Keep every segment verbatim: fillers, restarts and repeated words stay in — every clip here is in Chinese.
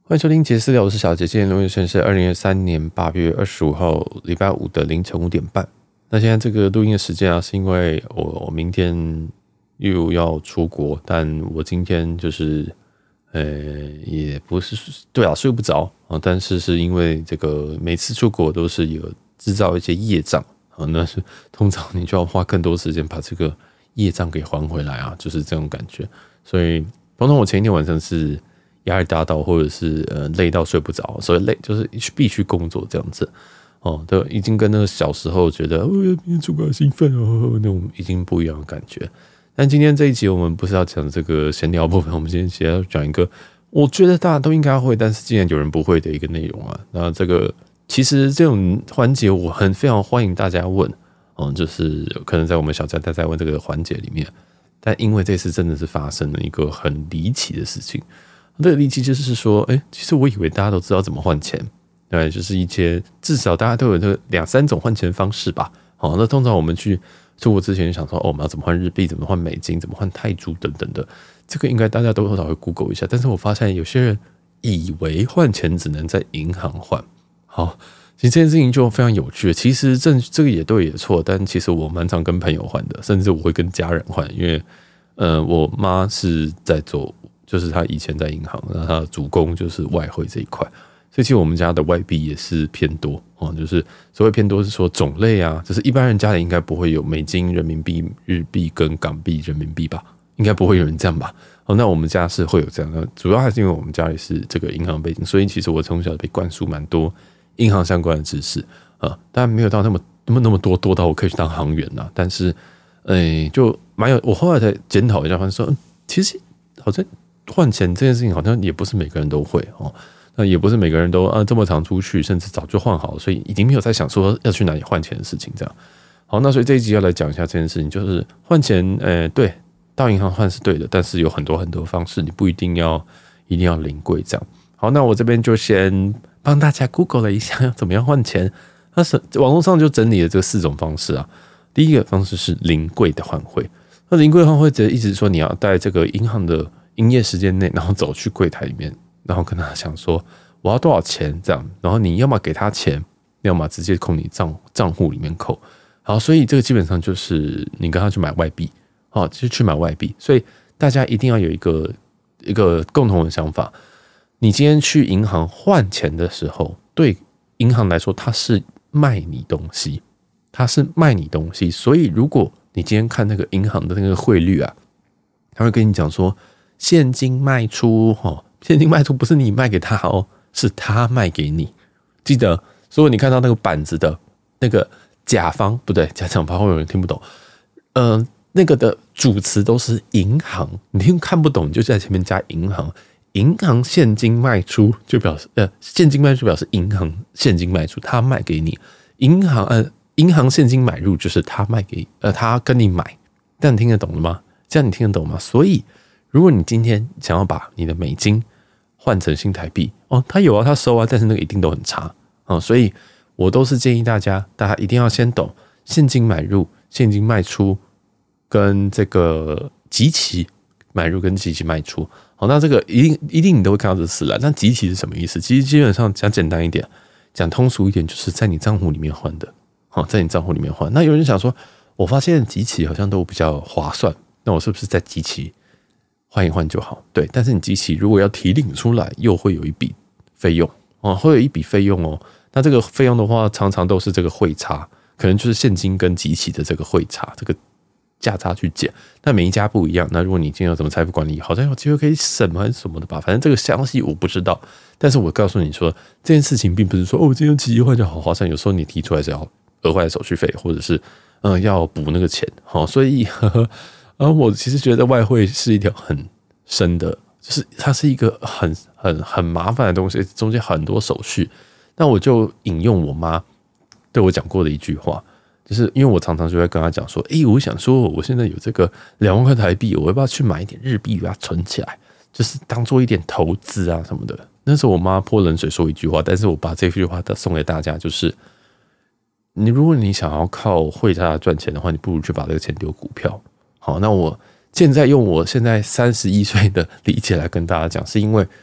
欢迎收听杰私聊，我是小杰。今天录音时间是二零二三年八月二十五号礼拜五的凌晨五点半。那现在这个录音的时间啊，是因为我我明天又要出国，但我今天就是呃也不是对啊睡不着啊，但是是因为这个每次出国都是有制造一些业障啊，那是通常你就要花更多时间把这个业障给还回来啊，就是这种感觉。所以通常我前一天晚上是压力大到，或者是呃累到睡不着，所以累就是必须工作这样子哦，都已经跟那个小时候觉得哦明天出国好兴奋哦那种已经不一样的感觉。但今天这一集我们不是要讲这个闲聊部分，我们今天先要讲一个我觉得大家都应该会，但是竟然有人不会的一个内容啊。那这个其实这种环节我很非常欢迎大家问哦，就是可能在我们小家大在问这个环节里面，但因为这次真的是发生了一个很离奇的事情。这个离奇就是说，哎、欸，其实我以为大家都知道怎么换钱，对，就是一些至少大家都有这个两三种换钱方式吧。好，那通常我们去出国之前就想说，哦，我们要怎么换日币，怎么换美金，怎么换泰铢等等的，这个应该大家都多少会 Google 一下。但是我发现有些人以为换钱只能在银行换，好，其实这件事情就非常有趣。其实这这个也对也错，但其实我蛮常跟朋友换的，甚至我会跟家人换，因为呃，我妈是在做。就是他以前在银行，那他的主攻就是外汇这一块，所以其实我们家的外币也是偏多哦。就是所谓偏多是说种类啊，就是一般人家里应该不会有美金、人民币、日币跟港币、人民币吧，应该不会有人这样吧？哦，那我们家是会有这样的，主要还是因为我们家里是这个银行背景，所以其实我从小被灌输蛮多银行相关的知识啊，当然没有到那么那么那么多多到我可以去当行员呐、啊，但是诶，就蛮有。我后来才检讨一下，发现说，嗯，其实好像。换钱这件事情好像也不是每个人都会哦，那也不是每个人都啊这么常出去，甚至早就换好了，所以已经没有在想说要去哪里换钱的事情。这样好，那所以这一集要来讲一下这件事情，就是换钱，呃，对，到银行换是对的，但是有很多很多方式，你不一定要一定要临柜这样。好，那我这边就先帮大家 Google 了一下要怎么样换钱，那是网络上就整理了这四种方式啊。第一个方式是临柜的换汇，那临柜换汇则一直说你要在这个银行的营业时间内，然后走去柜台里面，然后跟他讲说我要多少钱这样，然后你要么给他钱，要么直接扣你账账户里面扣。好，所以这个基本上就是你跟他去买外币，好，就是去买外币。所以大家一定要有一个一个共同的想法，你今天去银行换钱的时候，对银行来说，它是卖你东西，它是卖你东西。所以如果你今天看那个银行的那个汇率啊，他会跟你讲说。现金卖出，现金卖出不是你卖给他哦，是他卖给你。记得，如果你看到那个板子的那个甲方不对，假想怕会有人听不懂。呃，那个的主词都是银行，你听看不懂，你就在前面加银行。银行现金卖出就表示呃，现金卖出表示银行现金卖出，他卖给你。银行呃，银行现金买入就是他卖给呃，他跟你买。这样你听得懂了吗？这样你听得懂吗？所以。如果你今天想要把你的美金换成新台币，哦，他有啊，他收啊，但是那个一定都很差哦，所以我都是建议大家，大家一定要先懂现金买入、现金卖出跟这个即期买入跟即期卖出。好，那这个一定一定你都会看到这词了。那即期是什么意思？其实基本上讲简单一点，讲通俗一点，就是在你账户里面换的。好，在你账户里面换。那有人想说，我发现即期好像都比较划算，那我是不是在即期？换一换就好，对，但是你机器如果要提领出来，又会有一笔费用哦，会有一笔费用哦。那这个费用的话，常常都是这个汇差，可能就是现金跟机器的这个汇差，这个价差去减。那每一家不一样。那如果你今天有什么财富管理，好像有机会可以省还是什么的吧，反正这个详细我不知道。但是我告诉你说，这件事情并不是说哦，今天机器换就好划算，有时候你提出来是要额外的手续费，或者是嗯、呃、要补那个钱，好，所以呵呵。然后我其实觉得外汇是一条很深的，就是它是一个很很很麻烦的东西，中间很多手续。那我就引用我妈对我讲过的一句话，就是因为我常常就会跟她讲说，诶，我想说我现在有这个两万块台币，我要不要去买一点日币，把它存起来，就是当做一点投资啊什么的。那时候我妈泼冷水说一句话，但是我把这句话送给大家，就是你如果你想要靠汇差赚钱的话，你不如去把这个钱丢股票。好，那我现在用我现在三十一岁的理解来跟大家讲，是因为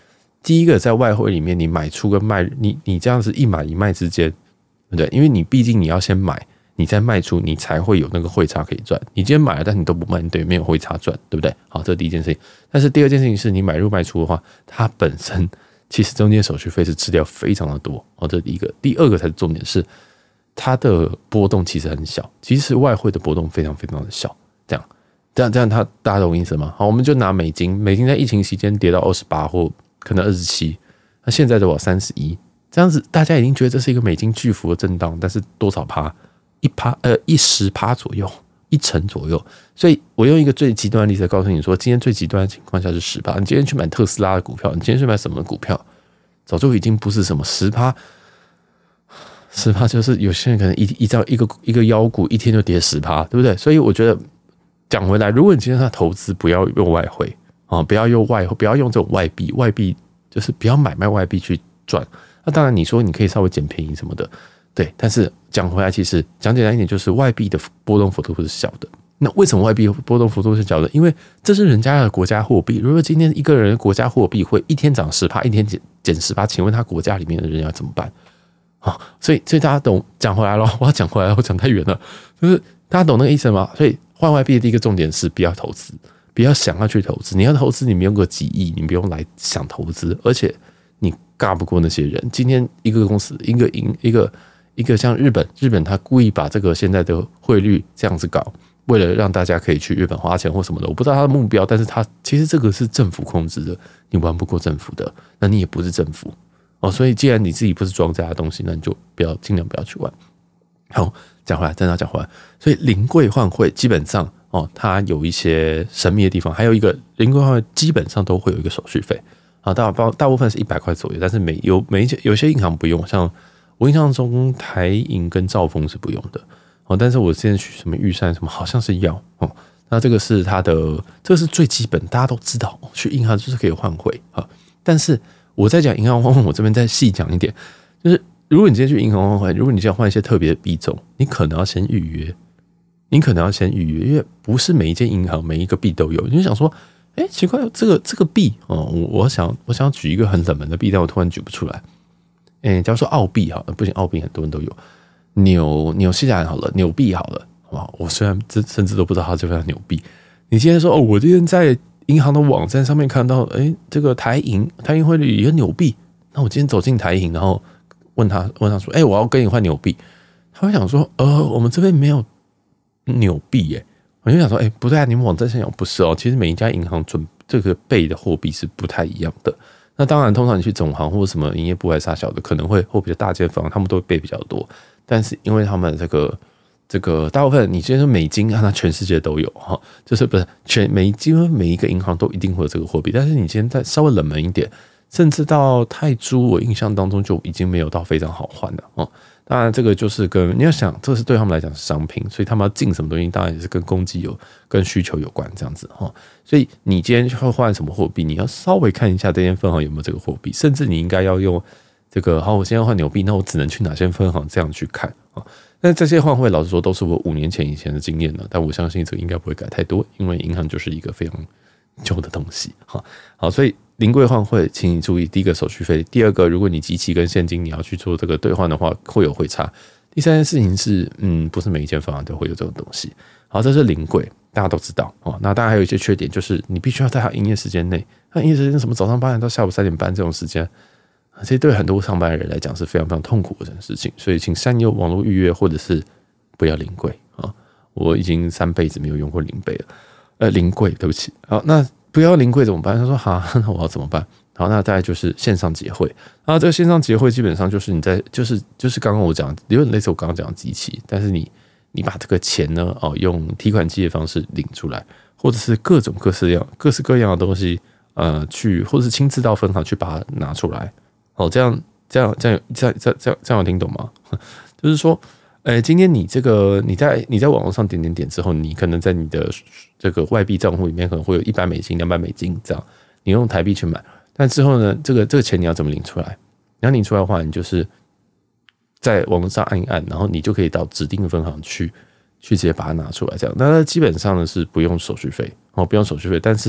第一个在外汇里面，你买出跟卖，你你这样子一买一卖之间，对不对？因为你毕竟你要先买，你再卖出，你才会有那个汇差可以赚。你今天买了，但你都不卖，你等于没有汇差赚，对不对？好，这是第一件事情。但是第二件事情是你买入卖出的话，它本身其实中间手续费是吃掉非常的多。哦，这是第一个。第二个才是重点是，它的波动其实很小，其实外汇的波动非常非常的小。这样，这样这样，它大家懂意思吗？好，我们就拿美金，美金在疫情期间跌到二十八或可能二十七，那现在的我三十一，这样子大家已经觉得这是一个美金巨幅的震荡，但是多少趴？一趴呃一十趴左右，一成左右。所以我用一个最极端的例子告诉你说，今天最极端的情况下是十趴。你今天去买特斯拉的股票，你今天去买什么股票，早就已经不是什么十趴，十趴就是有些人可能一一照一个一个妖股一天就跌十趴，对不对？所以我觉得讲回来，如果你今天要投资，不要用外汇啊，不要用外，不要用这种外币，外币就是不要买卖外币去赚。那当然，你说你可以稍微捡便宜什么的。对，但是讲回来，其实讲简单一点，就是外币的波动幅度是小的。那为什么外币波动幅度是小的？因为这是人家的国家货币。如果今天一个人的国家货币会一天涨十趴，一天减减十趴，请问他国家里面的人要怎么办？啊，所以所以大家懂。讲回来了，我要讲回来了，我讲太远了。就是大家懂那个意思吗？所以换外币的第一个重点是不要投资，不要想要去投资。你要投资，你没有个几亿，你不用来想投资，而且你尬不过那些人。今天一个公司，一个赢一个。一个像日本，日本他故意把这个现在的汇率这样子搞，为了让大家可以去日本花钱或什么的，我不知道他的目标，但是他其实这个是政府控制的，你玩不过政府的，那你也不是政府哦，所以既然你自己不是庄家的东西，那你就不要尽量不要去玩。好，讲回来，真的讲回来，所以临柜换汇基本上哦，它有一些神秘的地方，还有一个临柜换汇基本上都会有一个手续费啊，大大部分是一百块左右，但是每有每一些有些银行不用，像。我印象中台银跟兆丰是不用的哦，但是我之前去什么玉山什么好像是要哦，那这个是它的，这个是最基本，大家都知道，去银行就是可以换汇啊。但是我在讲银行换汇，我这边再细讲一点，就是如果你今天去银行换汇，如果你今天换一些特别的币种，你可能要先预约，你可能要先预约，因为不是每一间银行每一个币都有。你就想说，哎、欸，奇怪，这个这个币哦，我我想我想举一个很冷门的币，但我突然举不出来。欸、假如说澳币好了，不行，澳币很多人都有。纽纽西兰好了，纽币好了，好吧？我虽然甚至都不知道它就叫纽币。你今天说哦，我今天在银行的网站上面看到，哎、欸，这个台银台银汇率有纽币，那我今天走进台银，然后问他问他说，哎、欸，我要跟你换纽币，他会想说，呃，我们这边没有纽币耶。我就想说，哎、欸，不对啊，你们网站上有不是哦？其实每一家银行准这个备的货币是不太一样的。那当然，通常你去总行或者什么营业部还是啥小的，可能会或比较大间房，他们都会备比较多。但是因为他们这个这个大部分，你今天说美金，它全世界都有哈，就是不是全每几乎每一个银行都一定会有这个货币。但是你今天再稍微冷门一点，甚至到泰铢，我印象当中就已经没有到非常好换了哦。当然，这个就是跟你要想，这是对他们来讲是商品，所以他们要进什么东西，当然也是跟供给有、跟需求有关这样子哈。所以你今天会换什么货币，你要稍微看一下这间分行有没有这个货币，甚至你应该要用这个。好，我现在换纽币，那我只能去哪间分行这样去看啊？那这些换汇，老实说，都是我五年前以前的经验了，但我相信这个应该不会改太多，因为银行就是一个非常旧的东西哈。好，所以。临柜换汇，请你注意第一个手续费，第二个，如果你即期跟现金你要去做这个兑换的话，会有汇差。第三件事情是，嗯，不是每一间分行都会有这种东西。好，这是临柜，大家都知道哦。那当然还有一些缺点，就是你必须要在它营业时间内，它营业时间什么早上八点到下午三点半这种时间，其实对很多上班的人来讲是非常非常痛苦的这件事情。所以请善用网络预约，或者是不要临柜啊。我已经三辈子没有用过临柜了，呃，临柜，对不起。好，那。不要临柜怎么办？他说哈，那我要怎么办？好，那再来就是线上结汇。那这个线上结汇基本上就是你在，就是就是刚刚我讲，有点类似我刚刚讲的机器，但是你你把这个钱呢，哦，用提款机的方式领出来，或者是各种各式样、各式各样的东西，呃，去或者是亲自到分行去把它拿出来。哦，这样这样这样这样这样这样这样有听懂吗？就是说。呃，今天你这个你在你在网络上点点点之后，你可能在你的这个外币账户里面可能会有一百美金、两百美金这样，你用台币去买。但之后呢，这个这个钱你要怎么领出来？你要领出来的话，你就是在网络上按一按，然后你就可以到指定的分行去去直接把它拿出来。这样，那基本上呢是不用手续费哦，不用手续费。但是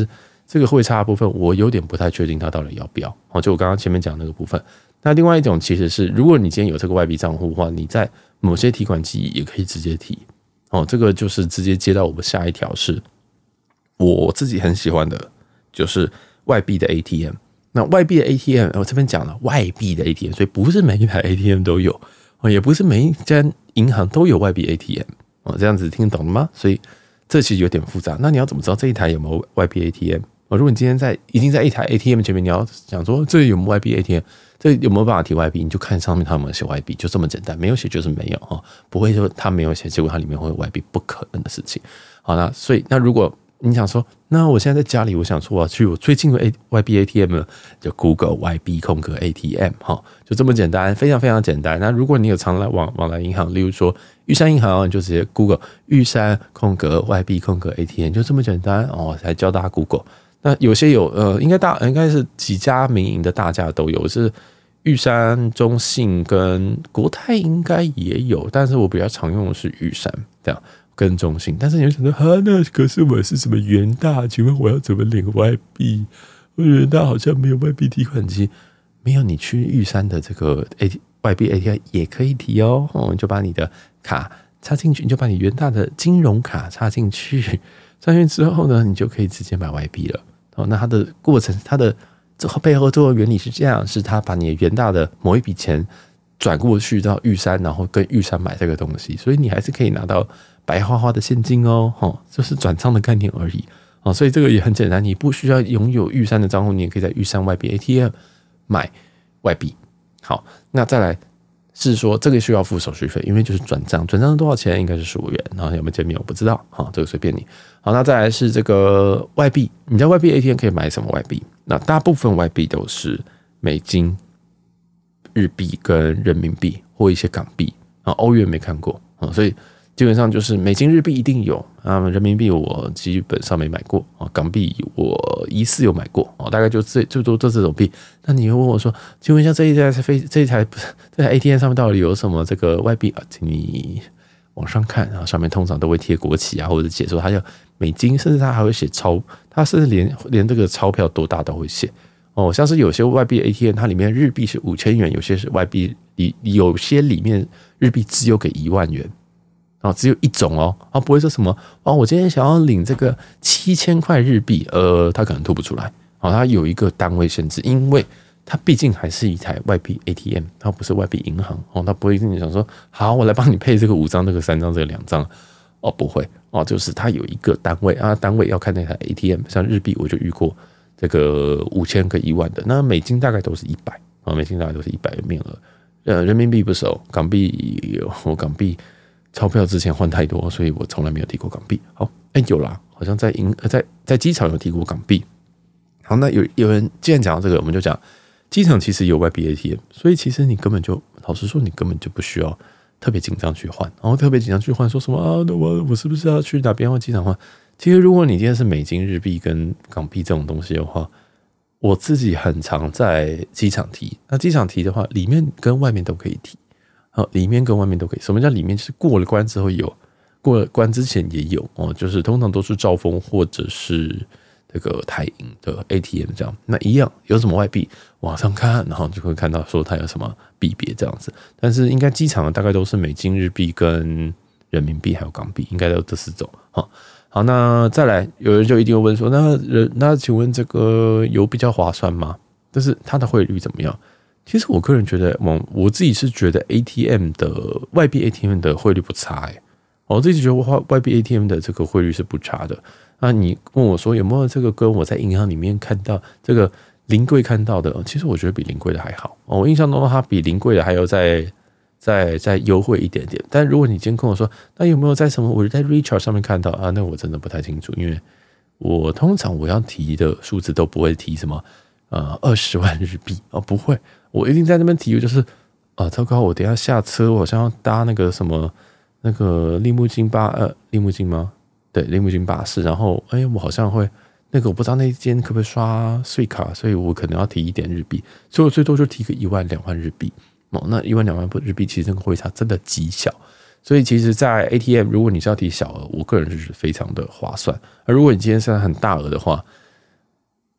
这个汇差的部分，我有点不太确定它到底要不要。哦，就我刚刚前面讲那个部分。那另外一种其实是，如果你今天有这个外币账户的话，你在某些提款机也可以直接提。哦，这个就是直接接到我们下一条是，我自己很喜欢的，就是外币的 A T M。那外币的 A T M， 我这边讲了外币的 A T M， 所以不是每一台 A T M 都有，也不是每一家银行都有外币 A T M。哦，这样子听懂了吗？所以这其实有点复杂。那你要怎么知道这一台有没有外币 A T M？如果你今天在已经在一台 A T M 前面，你要想说这有没有外币 A T M， 这有没有办法提外币，你就看上面它有没有写外币，就这么简单，没有写就是没有哈，不会说它没有写，结果它里面会有外币，不可能的事情。好，那所以那如果你想说，那我现在在家里，我想说我要去我最近的 外币 A T M 了，就 Google 外币空格 A T M 哈，就这么简单，非常非常简单。那如果你有常来往往来银行，例如说玉山银行，你就直接 Google 玉山空格外币空格 A T M， 就这么简单哦，才教大家 Google。那有些有呃，应该大应该是几家民营的大家都有，是玉山、中信跟国泰应该也有，但是我比较常用的是玉山这样跟中信。但是你会想说，哈，那可是我是什么元大？请问我要怎么领外币？我元大好像没有外币提款机，没有，你去玉山的这个 A T 外币 A T M 也可以提哦，哦，你就把你的卡插进去，你就把你元大的金融卡插进去。上去之后呢，你就可以直接买外币了。哦，那它的过程，它的这背后做的原理是这样：是它把你的元大的某一笔钱转过去到玉山，然后跟玉山买这个东西，所以你还是可以拿到白花花的现金哦。哦，就是转账的概念而已。哦，所以这个也很简单，你不需要拥有玉山的账户，你也可以在玉山外币 A T M 买外币。好，那再来。是说这个需要付手续费，因为就是转账，转账多少钱？应该是十五元，然后有没有见面我不知道，好，这个随便你。好，那再来是这个外币，你在外币 A T M 可以买什么外币？那大部分外币都是美金、日币跟人民币或一些港币啊，欧元没看过啊，所以基本上就是美金、日币一定有啊，人民币我基本上没买过啊，港币我疑似有买过啊，大概就最最多这这种币。那你会问我说，请问一下这一台飞这一台这台 A T M 上面到底有什么这个外币啊？请你往上看啊，上面通常都会贴国旗啊，或者解说它叫美金，甚至它还会写钞，它甚至连连这个钞票多大都会写哦。像是有些外币 A T M 它里面日币是五千元，有些是外币里有些里面日币只有给一万元。哦，只有一种哦，啊，不会说什么哦，我今天想要领这个七千块日币，呃，他可能吐不出来，哦，它有一个单位限制，因为它毕竟还是一台外币 A T M， 它不是外币银行，哦，它不会跟你讲说，好，我来帮你配这个五张、这个三张、这个两张，哦，不会，哦，就是它有一个单位啊，单位要看那台 A T M， 像日币我就遇过这个五千跟一万的，那美金大概都是一百，啊，美金大概都是一百的面额，呃，人民币不熟，港币有，我港币。钞票之前换太多，所以我从来没有提过港币。好，哎、欸，有啦，好像在银在在机场有提过港币。好，那有有人既然讲到这个，我们就讲机场其实有外币 A T M， 所以其实你根本就老实说，你根本就不需要特别紧张去换，然后特别紧张去换，说什么啊？那我我是不是要去哪边换机场换？其实如果你今天是美金、日币跟港币这种东西的话，我自己很常在机场提。那机场提的话，里面跟外面都可以提。哦，里面跟外面都可以。什么叫里面？就是过了关之后有，过了关之前也有哦。就是通常都是兆丰或者是这个台银的 A T M 这样。那一样有什么外币，往上看，然后就会看到说它有什么币别这样子。但是应该机场大概都是美金、日币跟人民币还有港币，应该都这四种。好，好，那再来，有人就一定会问说，那人那请问这个有比较划算吗？但是它的汇率怎么样？其实我个人觉得，我我自己是觉得 A T M 的外币 A T M 的汇率不差哎、欸，我自己觉得外币 A T M 的这个汇率是不差的。那你问我说有没有这个跟我在银行里面看到这个临柜看到的，其实我觉得比临柜的还好。我印象中它比临柜的还要再再再优惠一点点。但如果你今天跟我说，那有没有在什么我在 Richard 上面看到啊？那我真的不太清楚，因为我通常我要提的数字都不会提什么呃二十万日币哦，不会。我一定在那边提，就是啊，糟糕！我等一下下车，我好像要搭那个什么那个利木津巴呃利木津吗？对，利木津巴士。然后哎、欸，我好像会那个我不知道那一间可不可以刷税卡，所以我可能要提一点日币，所以我最多就提个一万两万日币哦。那一万两万日币其实那个汇差真的极小，所以其实，在 A T M 如果你是要提小额，我个人就是非常的划算。而如果你今天是很大额的话，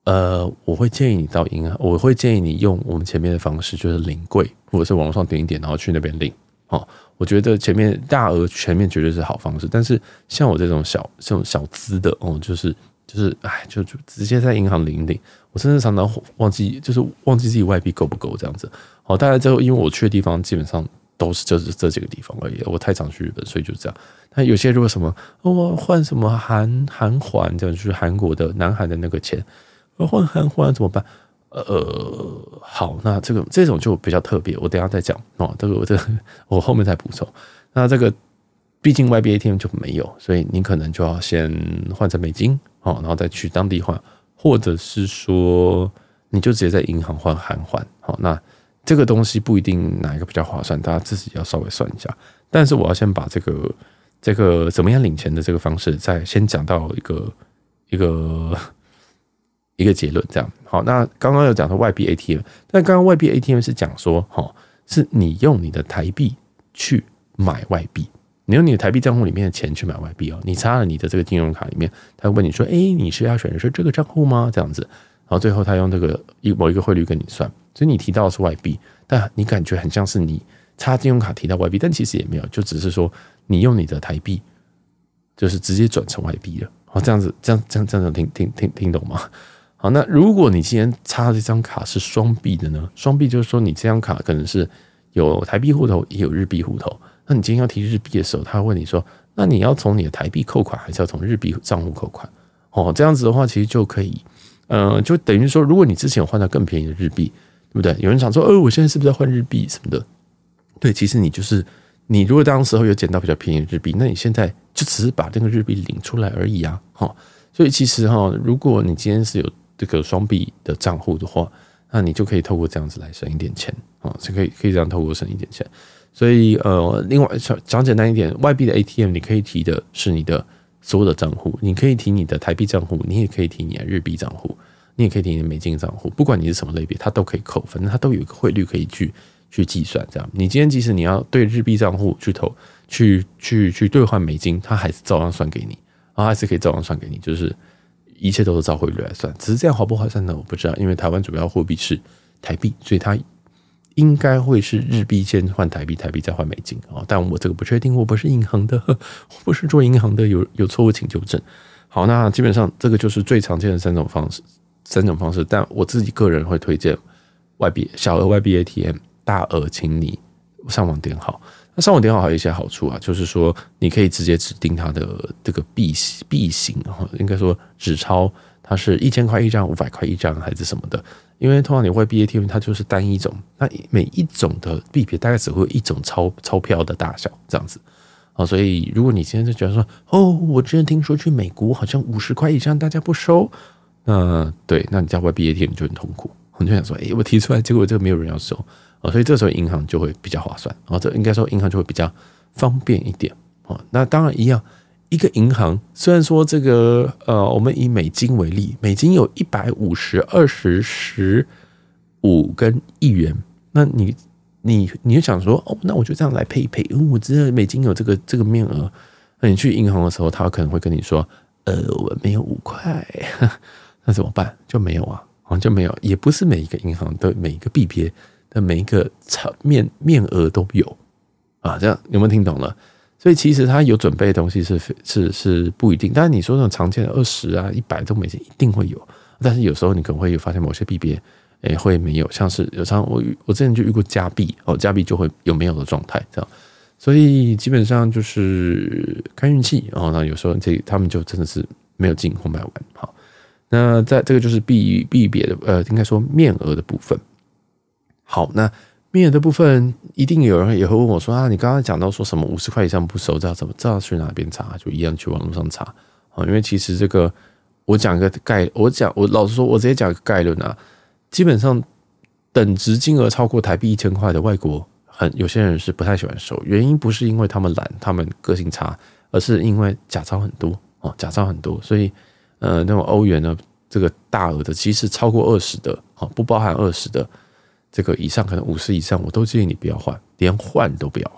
呃，我会建议你到银行，我会建议你用我们前面的方式，就是领柜，或者是网络上点一点，然后去那边领。哦，我觉得前面大额前面绝对是好方式，但是像我这种小这种小资的，哦，就是就是哎，就就直接在银行领领。我甚至常常忘记，就是忘记自己外币够不够这样子。好，大概之后，因为我去的地方基本上都是就是这几个地方而已。我太常去日本，所以就这样。那有些如果什么哦换什么韩韩环这样，就是韩国的南韩的那个钱，换韩环怎么办？呃，好，那这个这种就比较特别，我等一下再讲哦。这个我这个我后面再补充。那这个毕竟外币 A T M 就没有，所以你可能就要先换成美金哦，然后再去当地换，或者是说你就直接在银行换韩环。好，那这个东西不一定哪一个比较划算，大家自己要稍微算一下。但是我要先把这个这个怎么样领钱的这个方式，再先讲到一个一个。一个结论这样。好，那刚刚有讲到外币 A T M， 但刚刚外币 A T M 是讲说，哦，是你用你的台币去买外币，你用你的台币账户里面的钱去买外币哦。你插了你的这个金融卡里面，他会问你说，哎，你是要选的是这个账户吗？这样子，然后最后他用这个某一个汇率跟你算，所以你提到的是外币，但你感觉很像是你插金融卡提到外币，但其实也没有，就只是说你用你的台币，就是直接转成外币了。哦，这样子，这样这样这样听听听听懂吗？好，那如果你今天插这张卡是双币的呢？双币就是说你这张卡可能是有台币户头也有日币户头，那你今天要提日币的时候，他会问你说，那你要从你的台币扣款，还是要从日币账户扣款？哦，这样子的话，其实就可以，呃，就等于说，如果你之前有换到更便宜的日币，对不对？有人想说，呃，我现在是不是在换日币什么的？对，其实你就是你如果当时候有捡到比较便宜的日币，那你现在就只是把这个日币领出来而已啊，哈。所以其实哈，如果你今天是有这个双币的账户的话，那你就可以透过这样子来省一点钱啊，是可以可以这样透过省一点钱。所以呃，另外讲简单一点，外币的 A T M 你可以提的是你的所有的账户，你可以提你的台币账户，你也可以提你的日币账户，你也可以提你的美金账户，不管你是什么类别，它都可以扣，反正它都有一个汇率可以去去计算。这样，你今天即使你要对日币账户去投去去去兑换美金，它还是照样算给你，然后还是可以照样算给你，就是。一切都是照汇率来算，只是这样划不划算呢？我不知道，因为台湾主要货币是台币，所以它应该会是日币先换台币，台币再换美金啊。但我这个不确定，我不是银行的，我不是做银行的，有有错误请纠正。好，那基本上这个就是最常见的三种方式，三种方式。但我自己个人会推荐外币小额外币 A T M， 大额请你上网点好。那上网点好还有一些好处啊，就是说你可以直接指定它的这个币币型，应该说纸钞它是一千块一张、五百块一张还是什么的。因为通常你外币 A T M 它就是单一种，那每一种的币别大概只会有一种钞钞票的大小这样子。所以如果你现在就觉得说，哦，我之前听说去美国好像五十块以上大家不收，那对，那你在外币 A T M 就很痛苦，你就想说，哎，我提出来，结果这个没有人要收。所以这时候银行就会比较划算，这应该说银行就会比较方便一点。那当然一样，一个银行虽然说这个呃，我们以美金为例，美金有一百五十、二十、十五跟一元，那你你你就想说，哦，那我就这样来配一配，因为我知道美金有这个这个面额。那你去银行的时候，他可能会跟你说，呃，我没有五块，那怎么办？就没有啊，就没有，也不是每一个银行的每一个币别。的每一个面面额都有啊，这样有没有听懂了？所以其实它有准备的东西是是是不一定，但是你说那种常见的二十啊、一百都美金一定会有，但是有时候你可能会有发现某些币别诶会没有，像是有常我我之前就遇过加币哦，加币就会有没有的状态这样，所以基本上就是看运气哦。那有时候这他们就真的是没有进或买完。好，那在这个就是币币别的呃，应该说面额的部分。好，那面额的部分一定有人也会问我说啊，你刚刚讲到说什么五十块以上不收，知道怎么知道去哪边查？就一样去网络上查啊，因为其实这个我讲一个概，我讲我老实说，我直接讲一个概论啊，基本上等值金额超过台币一千块的外国，很有些人是不太喜欢收，原因不是因为他们懒，他们个性差，而是因为假钞很多哦，假钞很多，所以呃那种欧元呢，这个大额的，其实超过二十的，不包含二十的。这个以上可能五十以上，我都建议你不要换，连换都不要换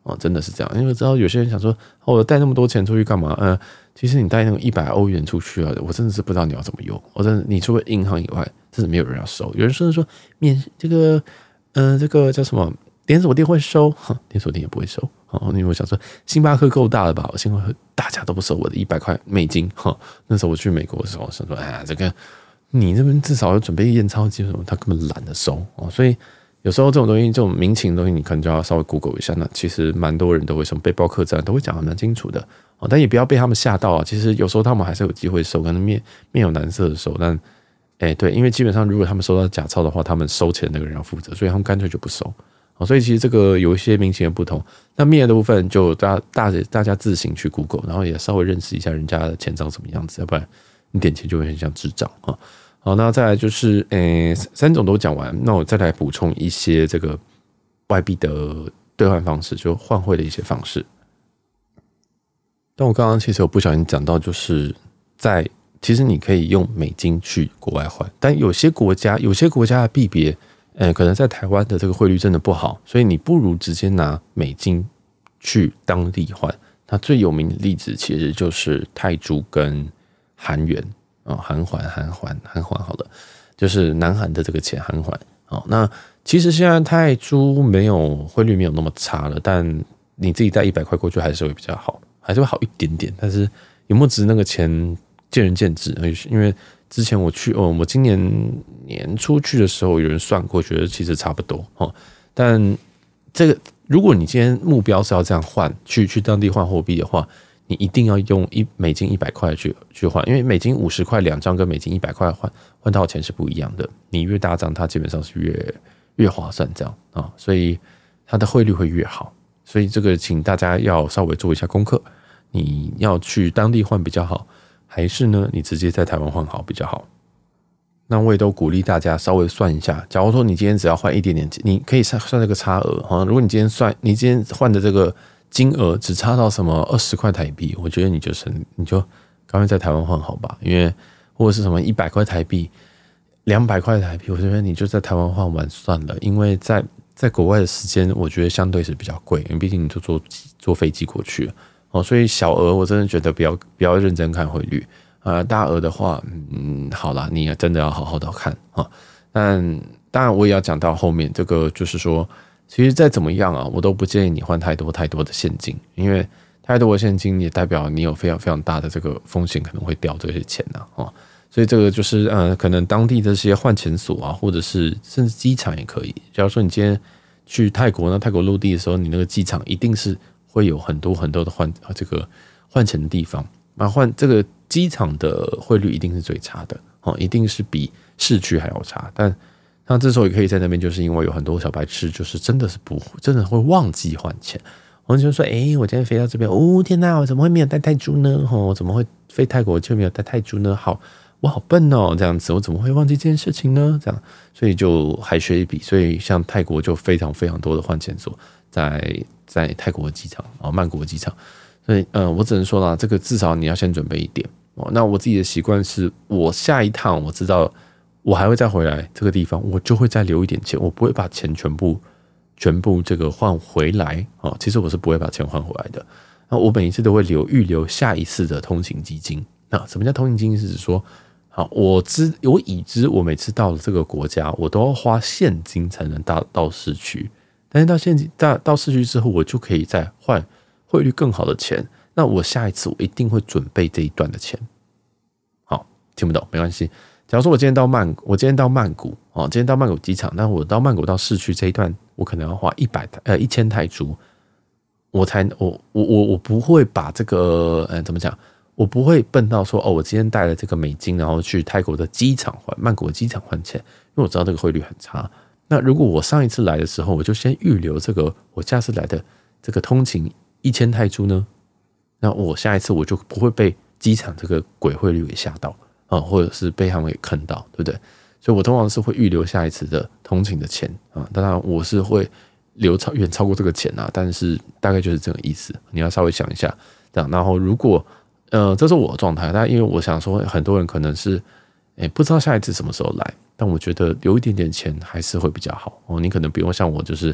哦，真的是这样。因为我知道有些人想说，哦，我带那么多钱出去干嘛？呃，其实你带那种一百欧元出去啊，我真的是不知道你要怎么用。我真的，你除了银行以外，真的没有人要收。有人甚至说免这个，呃，这个叫什么连锁店会收，连锁店也不会收。哦，因为我想说，星巴克够大了吧？我星巴克大家都不收我的一百块美金。哈，那时候我去美国的时候，我想说，哎呀，这个你这边至少要准备验钞机什么，他根本懒得收哦，所以。有时候这种东西，这种民情的东西，你可能就要稍微 Google 一下。那其实蛮多人都会什么背包客栈都会讲得蛮清楚的哦，但也不要被他们吓到啊。其实有时候他们还是有机会收，可能面面有难色的收。但哎、欸，对，因为基本上如果他们收到假钞的话，他们收钱的那个人要负责，所以他们干脆就不收。哦，所以其实这个有一些民情的不同。那面的部分就大大大家自行去 Google， 然后也稍微认识一下人家的钱长什么样子，要不然你点钱就会很像智障啊。好，那再来就是，诶、欸，三种都讲完，那我再来补充一些这个外币的兑换方式，就换汇的一些方式。但我刚刚其实有不小心讲到，就是在其实你可以用美金去国外换，但有些国家有些国家的币别，呃，可能在台湾的这个汇率真的不好，所以你不如直接拿美金去当地换。那最有名的例子其实就是泰铢跟韩元。哦，韩环、韩环、韩环，好了，就是南韩的这个钱韩环。哦，那其实现在泰铢没有汇率没有那么差了，但你自己带一百块过去还是会比较好，还是会好一点点。但是有没有值那个钱，见仁见智。因为之前我去，哦，我今年年初去的时候，有人算过，觉得其实差不多。哦，但这个如果你今天目标是要这样换，去去当地换货币的话。你一定要用一美金一百块去去换，因为美金五十块两张跟美金一百块换换到的钱是不一样的。你越大张，它基本上是越越划算这样啊，所以它的汇率会越好。所以这个请大家要稍微做一下功课，你要去当地换比较好，还是呢你直接在台湾换好比较好？那我也都鼓励大家稍微算一下，假如说你今天只要换一点点，你可以算算这个差额哈。如果你今天算，你今天换的这个。金额只差到什么二十块台币，我觉得你就省，你就赶快在台湾换好吧。因为或者是什么一百块台币、两百块台币，我觉得你就在台湾换完算了。因为在在国外的时间，我觉得相对是比较贵，因为毕竟你就坐坐飞机过去哦。所以小额我真的觉得不要不要认真看汇率啊、呃。大额的话，嗯，好啦，你真的要好好的看啊。但当然我也要讲到后面这个，就是说。其实再怎么样啊，我都不建议你换太多太多的现金，因为太多的现金也代表你有非常非常大的这个风险，可能会掉这些钱呐、啊，所以这个就是呃，可能当地的这些换钱所啊，或者是甚至机场也可以。假如说你今天去泰国，那泰国陆地的时候，你那个机场一定是会有很多很多的换这个换钱的地方，那换这个机场的汇率一定是最差的哦，一定是比市区还要差，但。那之所以可以在那边，就是因为有很多小白痴，就是真的是不真的会忘记换钱。我就说，哎、欸，我今天飞到这边，哦天哪，我怎么会没有带泰铢呢？哦，我怎么会飞泰国却没有带泰铢呢？好，我好笨哦，这样子，我怎么会忘记这件事情呢？这样，所以就还学一笔。所以像泰国就非常非常多的换钱所在在泰国的机场啊，曼谷的机场。所以，呃，我只能说啦，这个至少你要先准备一点哦。那我自己的习惯是，我下一趟我知道。我还会再回来这个地方，我就会再留一点钱，我不会把钱全部全部这个换回来哦。其实我是不会把钱换回来的。那我每一次都会留预留下一次的通勤基金。那什么叫通勤基金？是指说，好，我知我已知我每次到了这个国家，我都要花现金才能到到市区。但是到现金到到市区之后，我就可以再换汇率更好的钱。那我下一次我一定会准备这一段的钱。好，听不懂没关系。假如说我今天到曼谷，我今天到曼谷哦，今天到曼谷机场，那我到曼谷到市区这一段，我可能要花一百呃一千泰铢，我才我我我我不会把这个呃怎么讲，我不会笨到说哦，我今天带了这个美金，然后去泰国的机场换曼谷的机场换钱，因为我知道这个汇率很差。那如果我上一次来的时候，我就先预留这个我下次来的这个通勤一千泰铢呢，那我下一次我就不会被机场这个鬼汇率给吓到。啊，或者是被他们给坑到，对不对？所以我通常是会预留下一次的通勤的钱啊，当然我是会留超远超过这个钱啊，但是大概就是这个意思。你要稍微想一下，这样。然后如果呃，这是我的状态，但因为我想说，很多人可能是哎不知道下一次什么时候来，但我觉得留一点点钱还是会比较好哦。你可能不用像我，就是可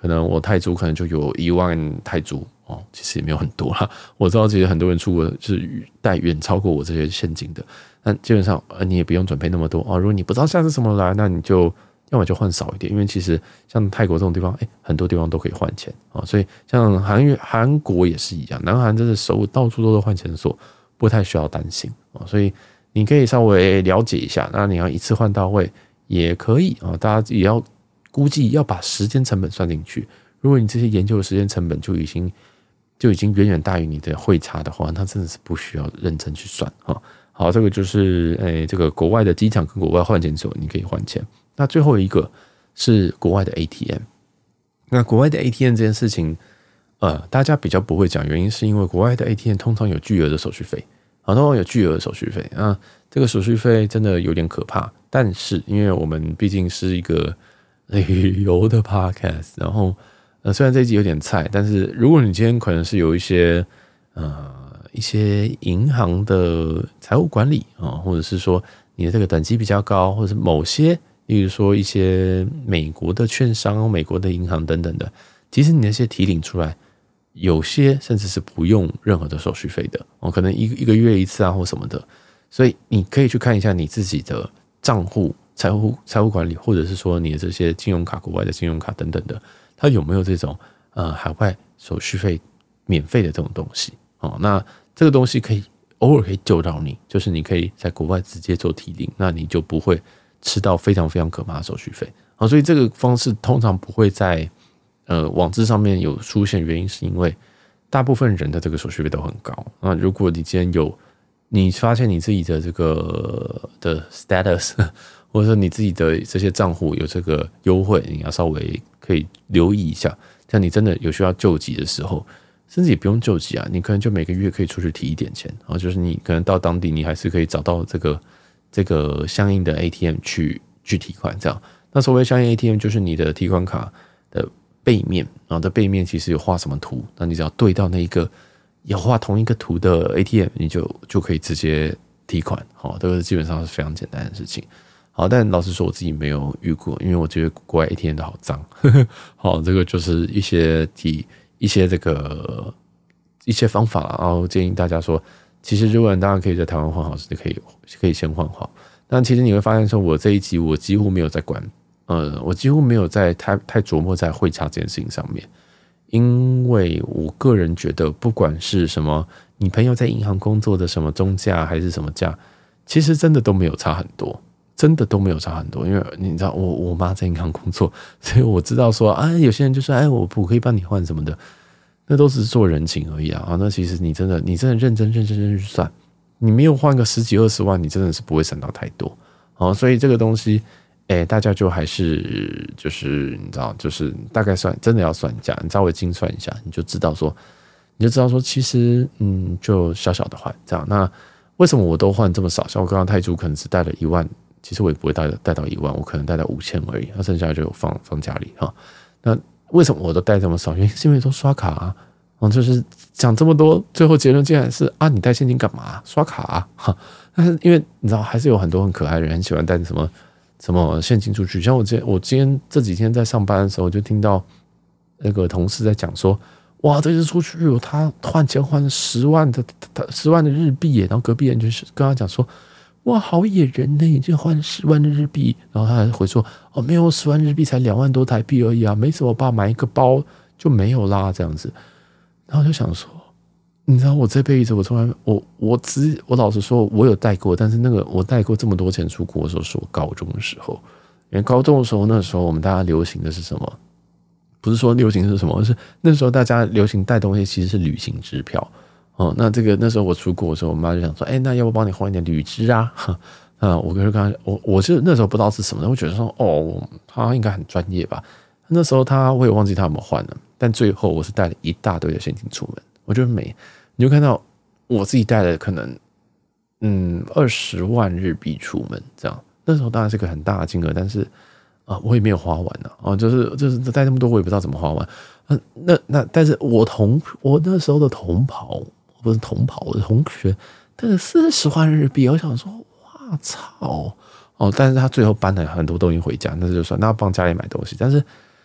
可能我泰铢可能就有一万泰铢哦，其实也没有很多啦。我知道其实很多人出国是带远超过我这些现金的，但基本上呃你也不用准备那么多哦。如果你不知道下次什么来，那你就要么就换少一点，因为其实像泰国这种地方，哎，很多地方都可以换钱啊、哦。所以像韩国韩国也是一样，南韩真的首尔到处都是换钱所，不太需要担心啊、哦。所以你可以稍微了解一下，那你要一次换到位也可以啊、哦。大家也要估计要把时间成本算进去。如果你这些研究的时间成本就已经就已经远远大于你的汇差的话，那真的是不需要认真去算啊。好，这个就是诶，这个国外的机场跟国外换钱所你可以换钱。那最后一个是国外的 A T M。那国外的 A T M 这件事情，呃，大家比较不会讲，原因是因为国外的 A T M 通常有巨额的手续费，好，通常有巨额的手续费。那这个手续费真的有点可怕。但是因为我们毕竟是一个旅游的 podcast， 然后呃，虽然这一集有点菜，但是如果你今天可能是有一些呃一些银行的财务管理啊、哦，或者是说你的这个等级比较高，或者是某些，例如说一些美国的券商、美国的银行等等的，其实你那些提领出来，有些甚至是不用任何的手续费的哦，可能一一个月一次啊或什么的，所以你可以去看一下你自己的账户、财务财务管理，或者是说你的这些金融卡、国外的金融卡等等的。它有没有这种呃海外手续费免费的这种东西哦？那这个东西可以偶尔可以救到你，就是你可以在国外直接做提领，那你就不会吃到非常非常可怕的手续费啊。所以这个方式通常不会在呃网志上面有出现，原因是因为大部分人的这个手续费都很高。那如果你今天有你发现你自己的这个的 status， 或者说你自己的这些账户有这个优惠，你要稍微可以留意一下。像你真的有需要救急的时候，甚至也不用救急啊，你可能就每个月可以出去提一点钱，然后就是你可能到当地，你还是可以找到这个这个相应的 A T M 去去提款。这样，那所谓相应 A T M 就是你的提款卡的背面，然后的背面其实有画什么图，那你只要对到那一个有画同一个图的 A T M， 你就就可以直接提款。好，这个基本上是非常简单的事情。好，但老实说我自己没有遇过，因为我觉得国外 A T M 都好脏。好，这个就是一些提一些这个一些方法啦，然后建议大家说，其实如果你当然可以在台湾换好，是可以可以先换好。但其实你会发现说，我这一集我几乎没有在管，呃，我几乎没有在太太琢磨在汇差这件事情上面，因为我个人觉得，不管是什么，你朋友在银行工作的什么中价还是什么价，其实真的都没有差很多。真的都没有差很多，因为你知道我我妈在银行工作，所以我知道说啊，有些人就说哎，我我可以帮你换什么的，那都是做人情而已啊。啊那其实你真的你真的认真认真认真去算，你没有换个十几二十万，你真的是不会省到太多。好，所以这个东西，哎，大家就还是就是你知道，就是大概算，真的要算一下，你稍微精算一下，你就知道说，你就知道说，其实嗯，就小小的换这样。那为什么我都换这么少？像我刚刚泰铢可能只带了一万。其实我也不会带带到一万，我可能带到五千而已，那剩下就放放家里哈。那为什么我都带这么少？原因是因为都刷卡啊。嗯，就是讲这么多，最后结论竟然是啊，你带现金干嘛？刷卡啊！哈，但是因为你知道，还是有很多很可爱的人很喜欢带什么什么现金出去。像我今我今天这几天在上班的时候，就听到那个同事在讲说，哇，这次出去他换钱换十万的十万的日币耶，然后隔壁人就是跟他讲说。哇，好野人呢！你就换十万的日币，然后他还回说：“哦，没有，十万日币才两万多台币而已啊，没什么吧，买一个包就没有啦，这样子。”然后我就想说，你知道，我这辈子我从来我我只我老实说，我有带过，但是那个我带过这么多钱出国的时候，是我高中的时候。因为高中的时候，那时候我们大家流行的是什么？不是说流行是什么，而是那时候大家流行带东西其实是旅行支票。哦，那这个那时候我出国的时候，我妈就想说，哎、欸，那要不帮你换一点旅支啊？啊，我跟刚我我就那时候不知道是什么，我觉得说，哦，他应该很专业吧。那时候他我也忘记他有没有换了，但最后我是带了一大堆的现金出门。我觉得没，你就看到我自己带了可能嗯二十万日币出门，这样那时候当然是个很大的金额，但是啊，我也没有花完呢、啊。哦，就是就是带那么多，我也不知道怎么花完。嗯、啊，那那但是我同我那时候的同袍。不是同袍，我的同学，但是四十万日币，我想说，哇操！哦，但是他最后搬了很多东西回家，那就算，那帮家里买东西。但是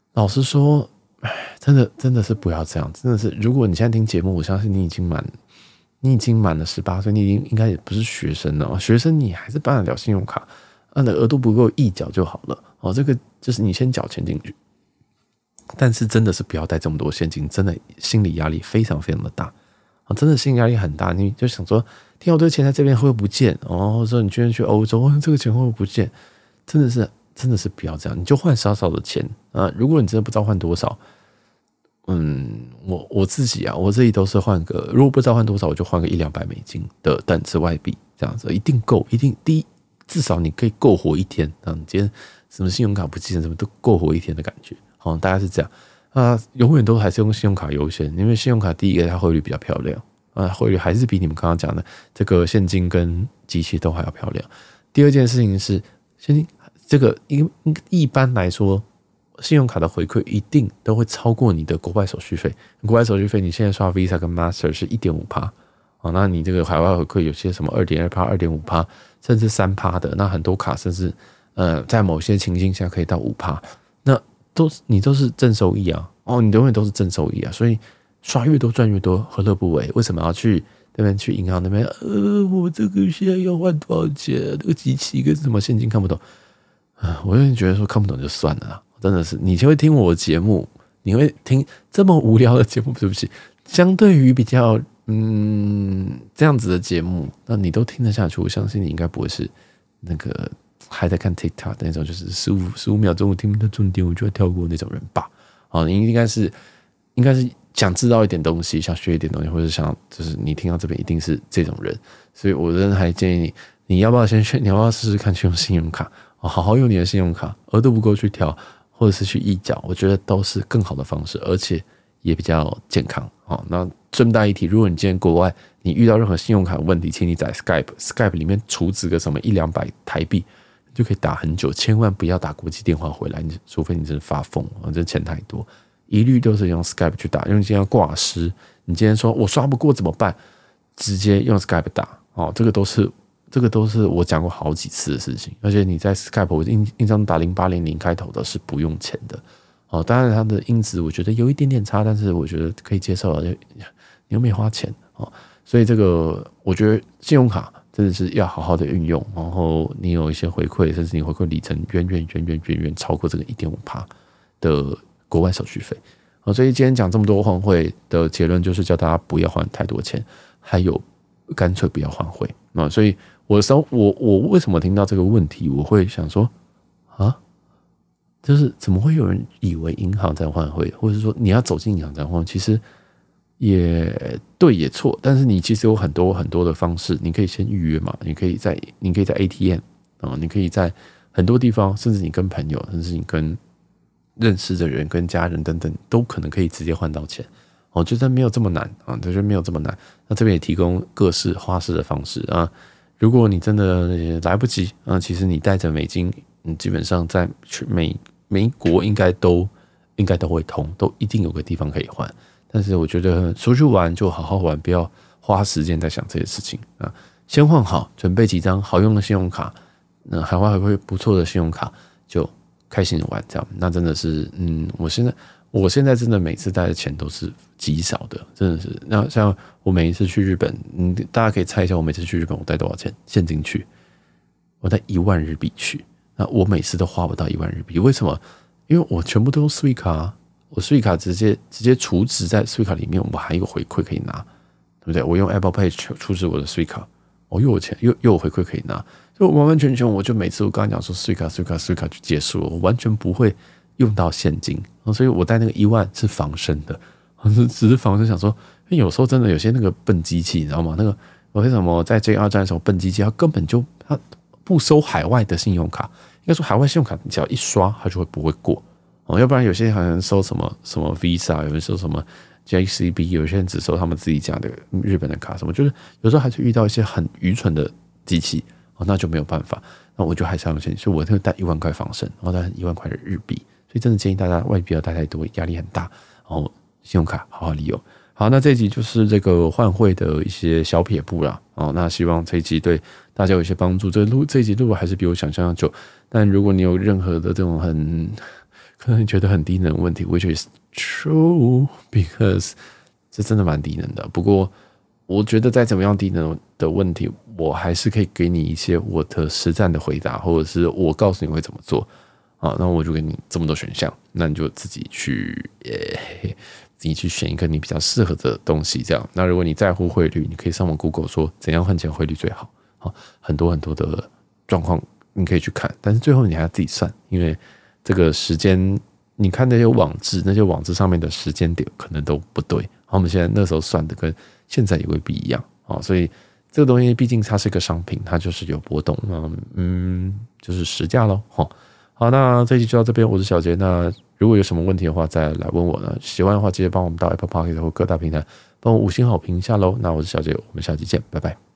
老实说，真的真的是不要这样，真的是，如果你现在听节目，我相信你已经满，你已经满了十八岁，你已经应该也不是学生了，学生你还是办得了信用卡，那的额度不够一缴就好了哦。这个就是你先缴钱进去，但是真的是不要带这么多现金，真的心理压力非常非常的大。真的心理压力很大，你就想说，天啊，我这个钱在这边会不会不见？哦，或者说你居然去欧洲，这个钱会不会不见？真的是，真的是不要这样，你就换少少的钱啊！如果你真的不知道换多少，嗯，我我自己啊，我自己都是换个，如果不知道换多少，我就换个一两百美金的等值外币，这样子一定够，一定第一至少你可以够活一天啊！你今天什么信用卡不记得，什么都够活一天的感觉，好，大概是这样。啊，永远都还是用信用卡优先，因为信用卡第一个它汇率比较漂亮，啊，汇率还是比你们刚刚讲的这个现金跟机器都还要漂亮。第二件事情是，现金这个一一般来说，信用卡的回馈一定都会超过你的国外手续费。国外手续费你现在刷 Visa 跟 Master 是 百分之一点五， 啊，那你这个海外回馈有些什么 二点二%、二点五%，甚至 百分之三 的，那很多卡甚至呃在某些情境下可以到 百分之五。那都你都是正收益啊，哦，你永远都是正收益啊，所以刷越多赚越多，何乐不为？为什么要去那边去银行那边？呃，我这个现在要换多少钱？这个机器跟什么现金看不懂啊？我有点觉得说看不懂就算了啦，真的是，你就会听我的节目，你会听这么无聊的节目，对不起，相对于比较嗯这样子的节目，那你都听得下去，我相信你应该不会是那个。还在看 TikTok 那种，就是十五十五秒钟我听不到重点，我就会跳过那种人吧。哦，你应该是应该是想知道一点东西，想学一点东西，或者想就是你听到这边一定是这种人，所以我真的还建议你，你要不要先选？你要不要试试看去用信用卡？哦，好好用你的信用卡，额度不够去调，或者是去预缴，我觉得都是更好的方式，而且也比较健康。哦，那顺带一提，如果你今天国外你遇到任何信用卡的问题，请你在 Skype，Skype 里面储值个什么一两百台币。就可以打很久，千万不要打国际电话回来，除非你真的发疯，这钱太多，一律都是用 Skype 去打。因为你今天要挂失，你今天说我刷不过怎么办？直接用 Skype 打，哦，这个都是这个都是我讲过好几次的事情。而且你在 Skype， 我印印象打零八零零开头的是不用钱的，哦，当然它的音质我觉得有一点点差，但是我觉得可以接受了，你又没花钱哦，所以这个我觉得信用卡。真的是要好好的运用，然后你有一些回馈，甚至你回馈里程远远远远远远超过这个 百分之一点五 的国外手续费。所以今天讲这么多换汇的结论就是叫大家不要还太多钱，还有干脆不要换汇。所以我稍我我为什么听到这个问题，我会想说啊，就是怎么会有人以为银行在换汇，或者是说你要走进银行在换，其实。也对也错，但是你其实有很多很多的方式，你可以先预约嘛，你可以在你可以在 A T M 啊，你可以在很多地方，甚至你跟朋友，甚至你跟认识的人、跟家人等等，都可能可以直接换到钱。我觉得没有这么难啊，我觉得没有这么难。那这边也提供各式花式的方式啊，如果你真的来不及啊，其实你带着美金，你基本上在美美国应该都应该都会通，都一定有个地方可以换。但是我觉得出去玩就好好玩，不要花时间在想这些事情啊。先换好，准备几张好用的信用卡，那海外还会不错的信用卡，就开心的玩这样。那真的是，嗯，我现在我现在真的每次带的钱都是极少的，真的是。那像我每一次去日本，嗯，大家可以猜一下，我每次去日本我带多少钱现金去？我带一万日币去，那我每次都花不到一万日币，为什么？因为我全部都用 Suica 卡、啊。我 Suica 卡直接直接储值在 Suica 卡里面，我还有回馈可以拿，对不对？我用 Apple Pay 储值我的 Suica 卡，我又有钱又又有回馈可以拿，所以我完完全全我就每次我刚刚讲说 Suica Suica Suica 就结束了，我完全不会用到现金，所以我带那个一万是防身的，只是防身想说，因为有时候真的有些那个笨机器，你知道吗？那个我为什么在 J R 站的时候笨机器，它根本就它不收海外的信用卡，应该说海外信用卡你只要一刷，它就会不会过。哦，要不然有些好像收什么什么 Visa， 有人收什么 J C B， 有些人只收他们自己家的日本的卡，什么就是有时候还是遇到一些很愚蠢的机器，哦，那就没有办法，那我就还是要用现金，所以我会带一万块防身，然后带一万块的日币，所以真的建议大家外币不要带太多，压力很大，然后信用卡好好利用。好，那这一集就是这个换汇的一些小撇步啦，哦，那希望这一集对大家有一些帮助。这录这一集录还是比我想象要久，但如果你有任何的这种很可能你觉得很低能的问题 ，which is true because 这真的蛮低能的。不过我觉得再怎么样低能的问题，我还是可以给你一些我的实战的回答，或者是我告诉你会怎么做。好，那我就给你这么多选项，那你就自己去，欸、自己去选一个你比较适合的东西。这样，那如果你在乎汇率，你可以上网 Google 说怎样换钱汇率最好。好，很多很多的状况你可以去看，但是最后你还要自己算，因为这个时间，你看那些网志，那些网志上面的时间点可能都不对。好，我们现在那时候算的跟现在也未必一样。好，所以这个东西毕竟它是一个商品，它就是有波动，嗯，就是实价咯。好，好，那这一集就到这边，我是小杰。那如果有什么问题的话，再来问我呢。喜欢的话，记得帮我们到 Apple Podcast 或各大平台帮我五星好评一下咯。那我是小杰，我们下期见，拜拜。